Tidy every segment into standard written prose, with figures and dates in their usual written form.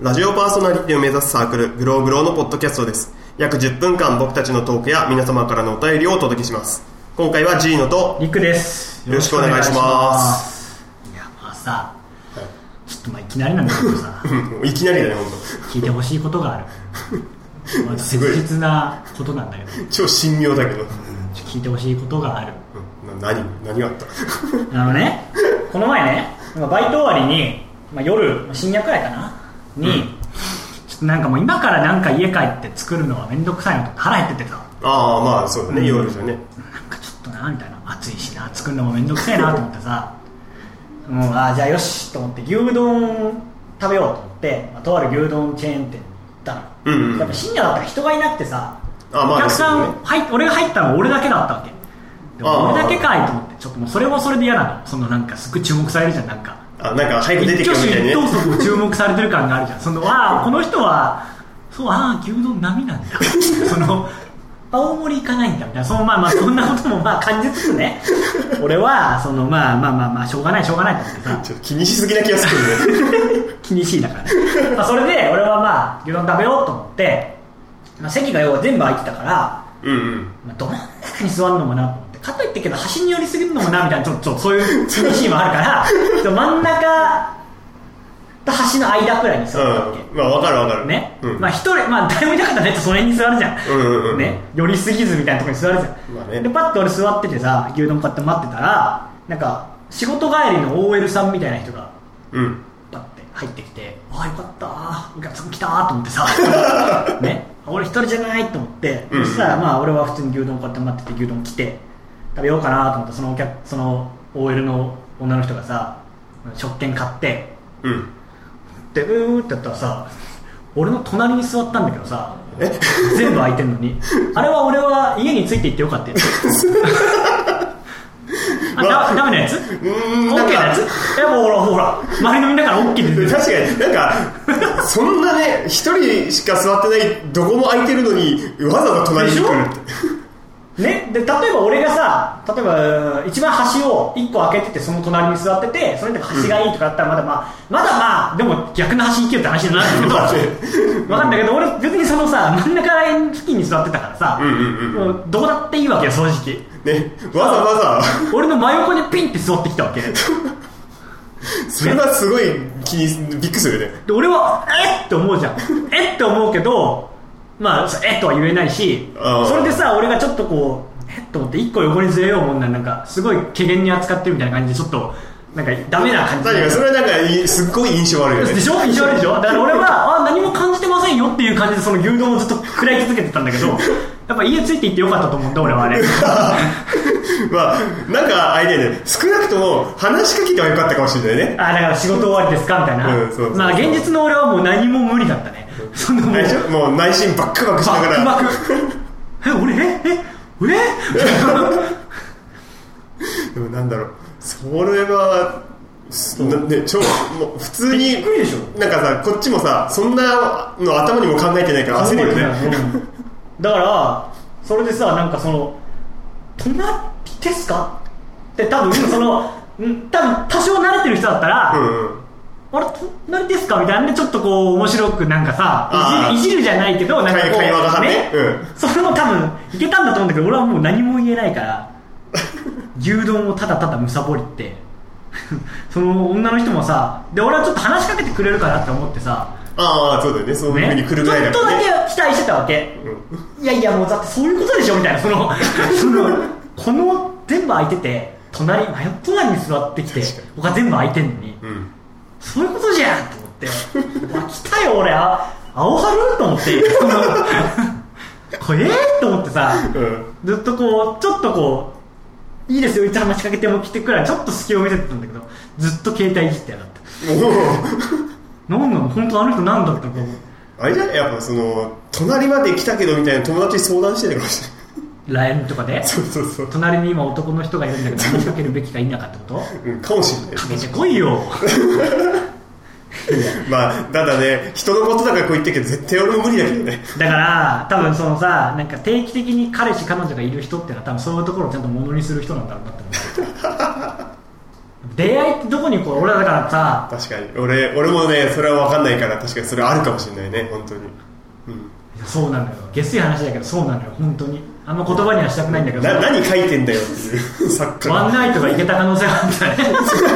ラジオパーソナリティを目指すサークルグローグローのポッドキャストです。約10分間僕たちのトークや皆様からのお便りをお届けします。今回はジーノとリクです。 よろしくお願いします。 いやまあさ、はい、ちょっとまあいきなりなんだけどさいきなりだね本当。 聞いてほしいことがあるまあ、切実なことなんだけど超神妙だけど、 聞いてほしいことがある、 何があったね、この前ねバイト終わりに、夜深夜くらいかなに、ちょっとなんかもう今からなんか家帰って作るのはめんどくさいのと腹減っててさ、 ああまあそうだね、夜じゃね、 なんかちょっとなみたいな、暑いしな作るのもめんどくさいなと思ってさもうじゃあよしと思って牛丼食べようと思って、とある牛丼チェーン店に行ったの、やっぱ深夜だったら人がいなくてさ、お客さん、俺が入ったのは俺だけだったわけでも俺だけかいと思って、ちょっともうそれもそれで嫌なの、そのなんかすごい注目されるじゃん、なんか早く出てきたみたいにね、 一挙手一投足注目されてる感があるじゃんこの人はそう牛丼並なんだその大盛り行かないんだみたいな、そんなことも感じつつね俺はそのしょうがないと思ってさちょっと気にしすぎな気がするね気にしいだからねそれで俺は牛丼食べようと思って、席が要は全部空いてたから、ど真ん中に座るのもなと思って、かといってけど端に寄りすぎるのもなみたいな、ちょっとそういう気にしいもあるから真ん中と端の間くらいに座るわけ、 分かるね、一人、誰もいなかったらねその辺に座るじゃん、ね、寄りすぎずみたいなところに座るじゃん、でパッと俺座っててさ、牛丼買って待ってたら、なんか仕事帰りの OL さんみたいな人がパッて入ってきて、よかったお客さん来たと思ってさね、俺一人じゃないと思って、そしたら俺は普通に牛丼買って待ってて、牛丼来て食べようかなと思ったら、その OL の女の人がさ食券買って、でってやったらさ、俺の隣に座ったんだけどさ、全部空いてんのにあれは俺は家について行ってよかったやつダメなやつ？ OK なやつ？もうほら周りのみんなから OK です。 確かになんかそんなね一人しか座ってないどこも空いてるのにわざわざ隣に来るってね、で例えば俺がさ、一番端を1個開けててその隣に座ってて、それで端がいいとかだったらまだでも逆の端行けよって話になるんだけど分かんだけど、俺別にそのさ真ん中付近に座ってたからさ、もうどこだっていいわけよ正直ね、わざわざ俺の真横にピンって座ってきたわけそれはすごいびっくりするよね。 で俺はって思うじゃんって思うけどとは言えないし、それでさ俺がちょっとこうと思って一個横にずれようもんなんかすごい怪げに扱ってるみたいな感じで、ちょっとなんかダメな感じで、 それはなんかすっごい印象悪いよね。 でしょ、印象悪いでしょ。だから俺は何も感じてませんよっていう感じでその牛丼をずっと食らい続けてたんだけどやっぱ家ついていってよかったと思うんだ俺はあれなんかあれだよね、少なくとも話しかけてはよかったかもしれないね。 だから仕事終わりですかみたいな、現実の俺はもう何も無理だったねもう内心バックバックしながらバック俺でもなんだろう、それはもう普通になんかさ、こっちもさそんなの頭にも考えてないから焦るよねだからそれでさ、なんかその隣ですかって多分多少慣れてる人だったらあれ隣ですかみたいなでちょっとこう面白くなんかさいじるじゃないけどなんかこう会話がね、 それも多分いけたんだと思うんだけど、俺はもう何も言えないから牛丼をただただむさぼりってその女の人もさ、で俺はちょっと話しかけてくれるかなって思ってさ、 そうだよね、そういう風に来るぐらいだからね、 ちょっとだけ期待してたわけ、いやもうだってそういうことでしょみたいな、この全部空いてて真隣に座ってきて他全部空いてんのに、そういうことじゃんと思って来たよ俺青春と思ってこれと思ってさ、ずっとこうちょっとこういいですよって話しかけても来てくらいちょっと隙を見せてたんだけど、ずっと携帯いじってやがったなんなの本当あの人なんだったのあれじゃない、やっぱその隣まで来たけどみたいな友達に相談してるかもしれない。 LINE とかでそう隣に今男の人がいるんだけど話しかけるべきか否かってこと、 かもしれない。 かけてこいよただね、人のことだからこう言ってるけど絶対俺も無理だけどね。 だから多分そのさ、なんか定期的に彼氏彼女がいる人ってのは多分そういうところをちゃんと物にする人なんだろうなって思う出会いってどこにこう俺だからさ、 確かに俺もねそれは分かんないから、確かにそれはあるかもしれないね本当に、 そうなのよ、下水話だけどそうなのよ本当に。あんま言葉にはしたくないんだけど、 何書いてんだよっていう作家ワンナイトがいけた可能性があったね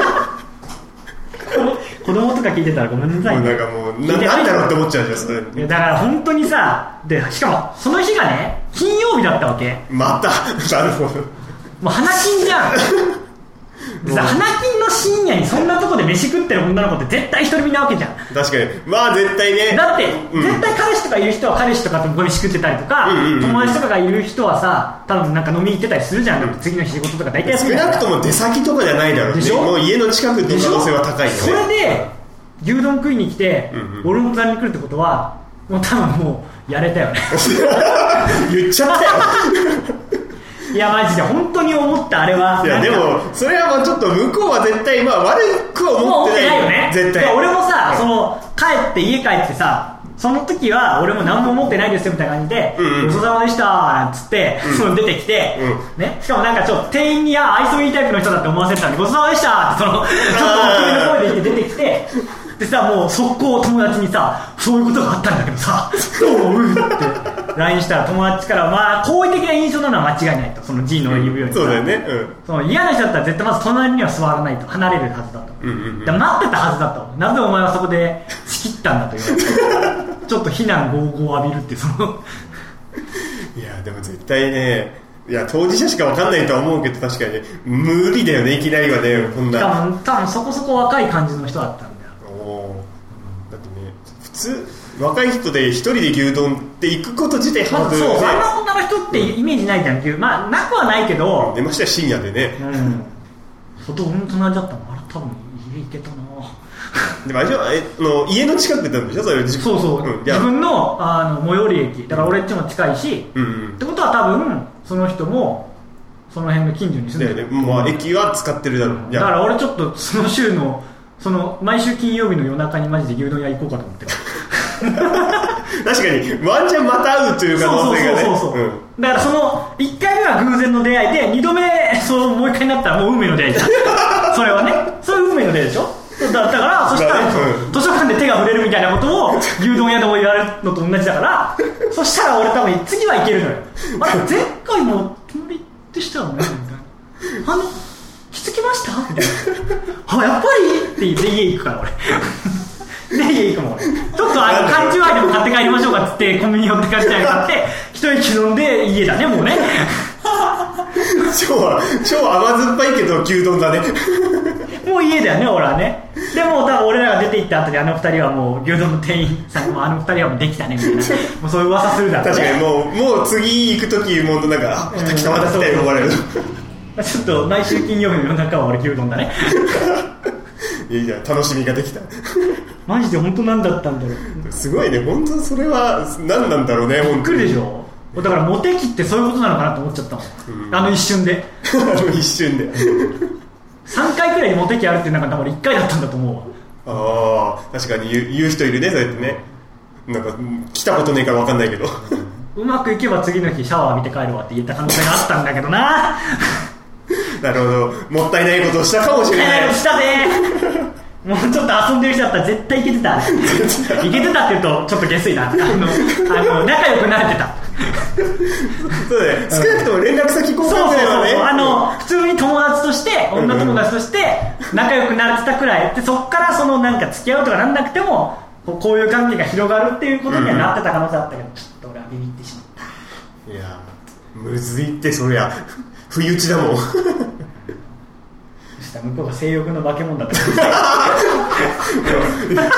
子供とか聞いてたらごめんなさい、 もうなんかもうなんだろうって思っちゃうじゃんそれ。 だから本当にさ、でしかもその日がね金曜日だったわけ。 またなるほど、 もう花金じゃん花金の深夜にそんなとこで飯食ってる女の子って絶対独り身なわけじゃん。 確かに、まあ絶対ね。 だって、絶対彼氏とかいる人は彼氏とかと飯食ってたりとか、友達とかがいる人はさ多分なんか飲みに行ってたりするじゃん、だって次の日仕事とか大体少なくとも出先とかじゃないだろうね。もう家の近くの可能性は高いよね。 それで牛丼食いに来て、俺の隣に来るってことはもう多分もうやれたよね言っちゃったよいやマジで本当に思った、あれは。 いやでもそれはまあちょっと向こうは絶対まあ悪くは思ってないよね絶対。 いや俺もさ、その家帰ってさ、その時は俺も何も思ってないですよみたいな感じで、ごちそうさまでしたなんつって、その出てきて、ね、しかもなんかちょっと店員に愛想いいタイプの人だって思わせてたんで、ごちそうさまでしたってそのちょっと大きめの声で言って出てきて、でさもう速攻友達にさそういうことがあったんだけどさどう思うって LINE したら友達からまあ好意的な印象なのは間違いないと、その G の言うようにさ、 そうだよね、 その嫌な人だったら絶対まず隣には座らないと、離れるはずだと、だ待ってたはずだと、なぜお前はそこで仕切ったんだというちょっと非難合々浴びるっていうそのいやでも絶対ね、いや当事者しか分かんないとは思うけど、確かに、ね、無理だよねいきなりはね、こんな。 多分そこそこ若い感じの人だったんだよ。 だってね、普通若い人で一人で牛丼って行くこと自体ハードルそう、あんな女の人ってイメージないじゃん、まあなくはないけど、 出ましたよ深夜でね、 外の隣だったの、あれ多分家行けたなでもあれ家の近くだったんでしょそれ。 そうそう、自分の最寄り駅だから俺っちも近いし、ってことは多分その人もその辺の近所に住んでる、 まあ、駅は使ってるだろう、 だから俺ちょっとその週のその毎週金曜日の夜中にマジで牛丼屋行こうかと思ってる確かにワンチャンまた会うという可能性がね、 だからその1回目は偶然の出会いで2度目そうもう1回になったらもう運命の出会いじゃんそれはね、そういう運命の出会いでしょ。だからそしたら、図書館で手が触れるみたいなことを牛丼屋でも言われるのと同じだからそしたら俺多分次はいけるのよ。あれ前回も隣でしたよねみたいな、気づきましたみたいなやっぱりって言って家行くから俺で家行くもん俺ちょっと缶チューハイでも買って帰りましょうかっつってコンビニ寄って帰って買って一息飲んで家だねもうね超甘酸っぱいけど牛丼だねもう家だよね俺はね。でも多分俺らが出て行った後であの二人はもう牛丼の店員さんもあの二人はもうできたねみたいなもうそういう噂するだろうね。 確かにもう次行く時もなんかまた来たまた来たよ呼ばれるちょっと毎週金曜日の夜中は俺牛丼だねいや楽しみができたマジで本当何だったんだろう。すごいね本当それは何なんだろうね。 びっくりでしょ。だからモテ期ってそういうことなのかなと思っちゃったもん、あの一瞬で一瞬で 3回くらいモテ期あるっていう中で俺1回だったんだと思うわ。ああ確かに言う人いるねそうやってね。なんか来たことねえから分かんないけどうまくいけば次の日シャワー浴びて帰るわって言った可能性があったんだけどななるほど、もったいないことをしたかもしれない。 したねもうちょっと遊んでる人だったら絶対いけてたいけてたって言うとちょっと下水な仲良くなれてたそうだね、少なくとも連絡先交換ぐらいはね、 普通に友達として女友達として仲良くなれてたくらいで、そっからそのなんか付き合うとかなんなくてもこういう関係が広がるっていうことにはなってた可能性あったけど、ちょっと俺はビビってしまった。 いやむずいってそりゃ不意打ちだもん向こうが性欲の化け物だった言い方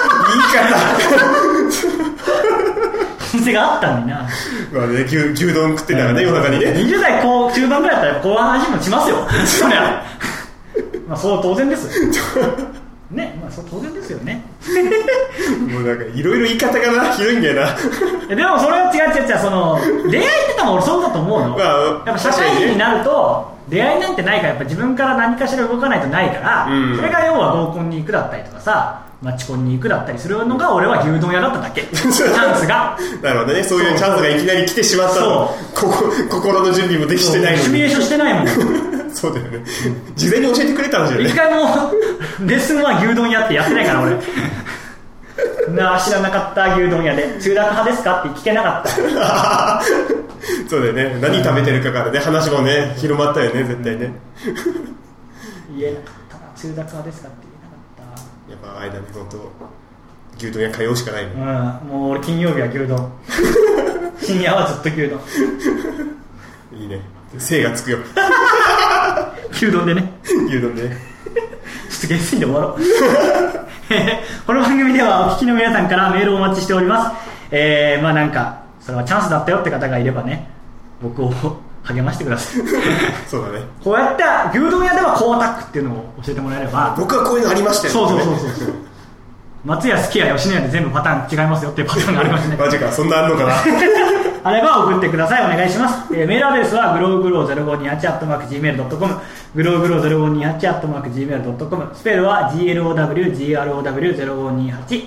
店があったのにな、 まあね、牛丼食ってたらね、夜中にね 20代中盤ぐらいだったらこういう話もしますよそりゃまあそう当然ですね、まあそう当然ですよねもうなんかいろいろ言い方がな広いんだよなでもそれは違うその出会いって多分俺そうだと思うの、 まあ、 やっぱ社会人になると出会いなんてないから、やっぱ自分から何かしら動かないとないから、それが要は合コンに行くだったりとかさ、マチコンに行くだったりするのが俺は牛丼屋だっただけチャンスがなるほどね、そういうチャンスがいきなり来てしまったと、心の準備もできてないのにシミュレーションしてないもんそうだよね、事前に教えてくれたんですよね。 一回もレッスンは牛丼屋ってやってないから俺なあ知らなかった牛丼屋で中楽派ですかって聞けなかったそうだよね、何食べてるかからね話もね広まったよね絶対ね言えなかったな、中楽派ですかって言えなかった。 やっぱ間に本当牛丼屋通うしかないね。 もう俺金曜日は牛丼深夜はずっと牛丼いいね、精がつくよ牛丼でね牛丼でねちょっと下水で終わろうこの番組ではお聞きの皆さんからメールをお待ちしております。まあなんかそれはチャンスだったよって方がいればね、僕を励ましてくださいそうだね、 こうやって牛丼屋ではこうアタックっていうのを教えてもらえれば、 僕はこういうのありましたよ、 そう松屋すき家吉野家で全部パターン違いますよっていうパターンがありますねマジか、そんなあんのかなあれば送ってください、お願いします。メールアドレスはグローグロー0528@gmail.com、グローグロー0528@gmail.com、スペルは glowgrow0528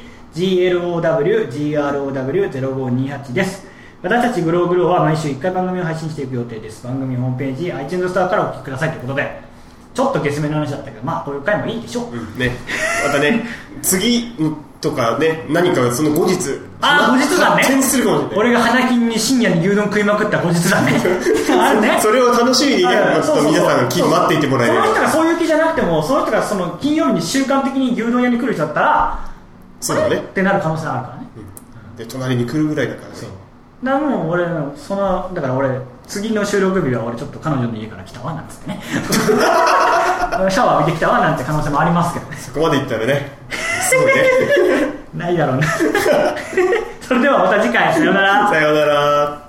glowgrow0528 です。私たちグローグローは毎週1回番組を配信していく予定です。番組ホームページ iTunes ストアからお聞きくださいということで、ちょっとゲスめの話だったけど、まあこういう回もいいでしょう、 ね、またね次とかね、何かその後日後日談ね、 するかもしれない。 俺が花金に深夜に牛丼食いまくった後日談ねあるね、 それを楽しみにね、ちょっと皆さん待っていてもらえれば、 その人がそういう気じゃなくても、その人がその金曜日に習慣的に牛丼屋に来る人だったら、 そうだねってなる可能性あるからね、 で隣に来るぐらいだからね。 だからもう俺だから俺次の収録日は俺ちょっと彼女の家から来たわなんつってねシャワー浴びてきたわなんて可能性もありますけどね。 そこまでいったらねすごいねないだろうねそれではまた次回、さようなら。 さようなら。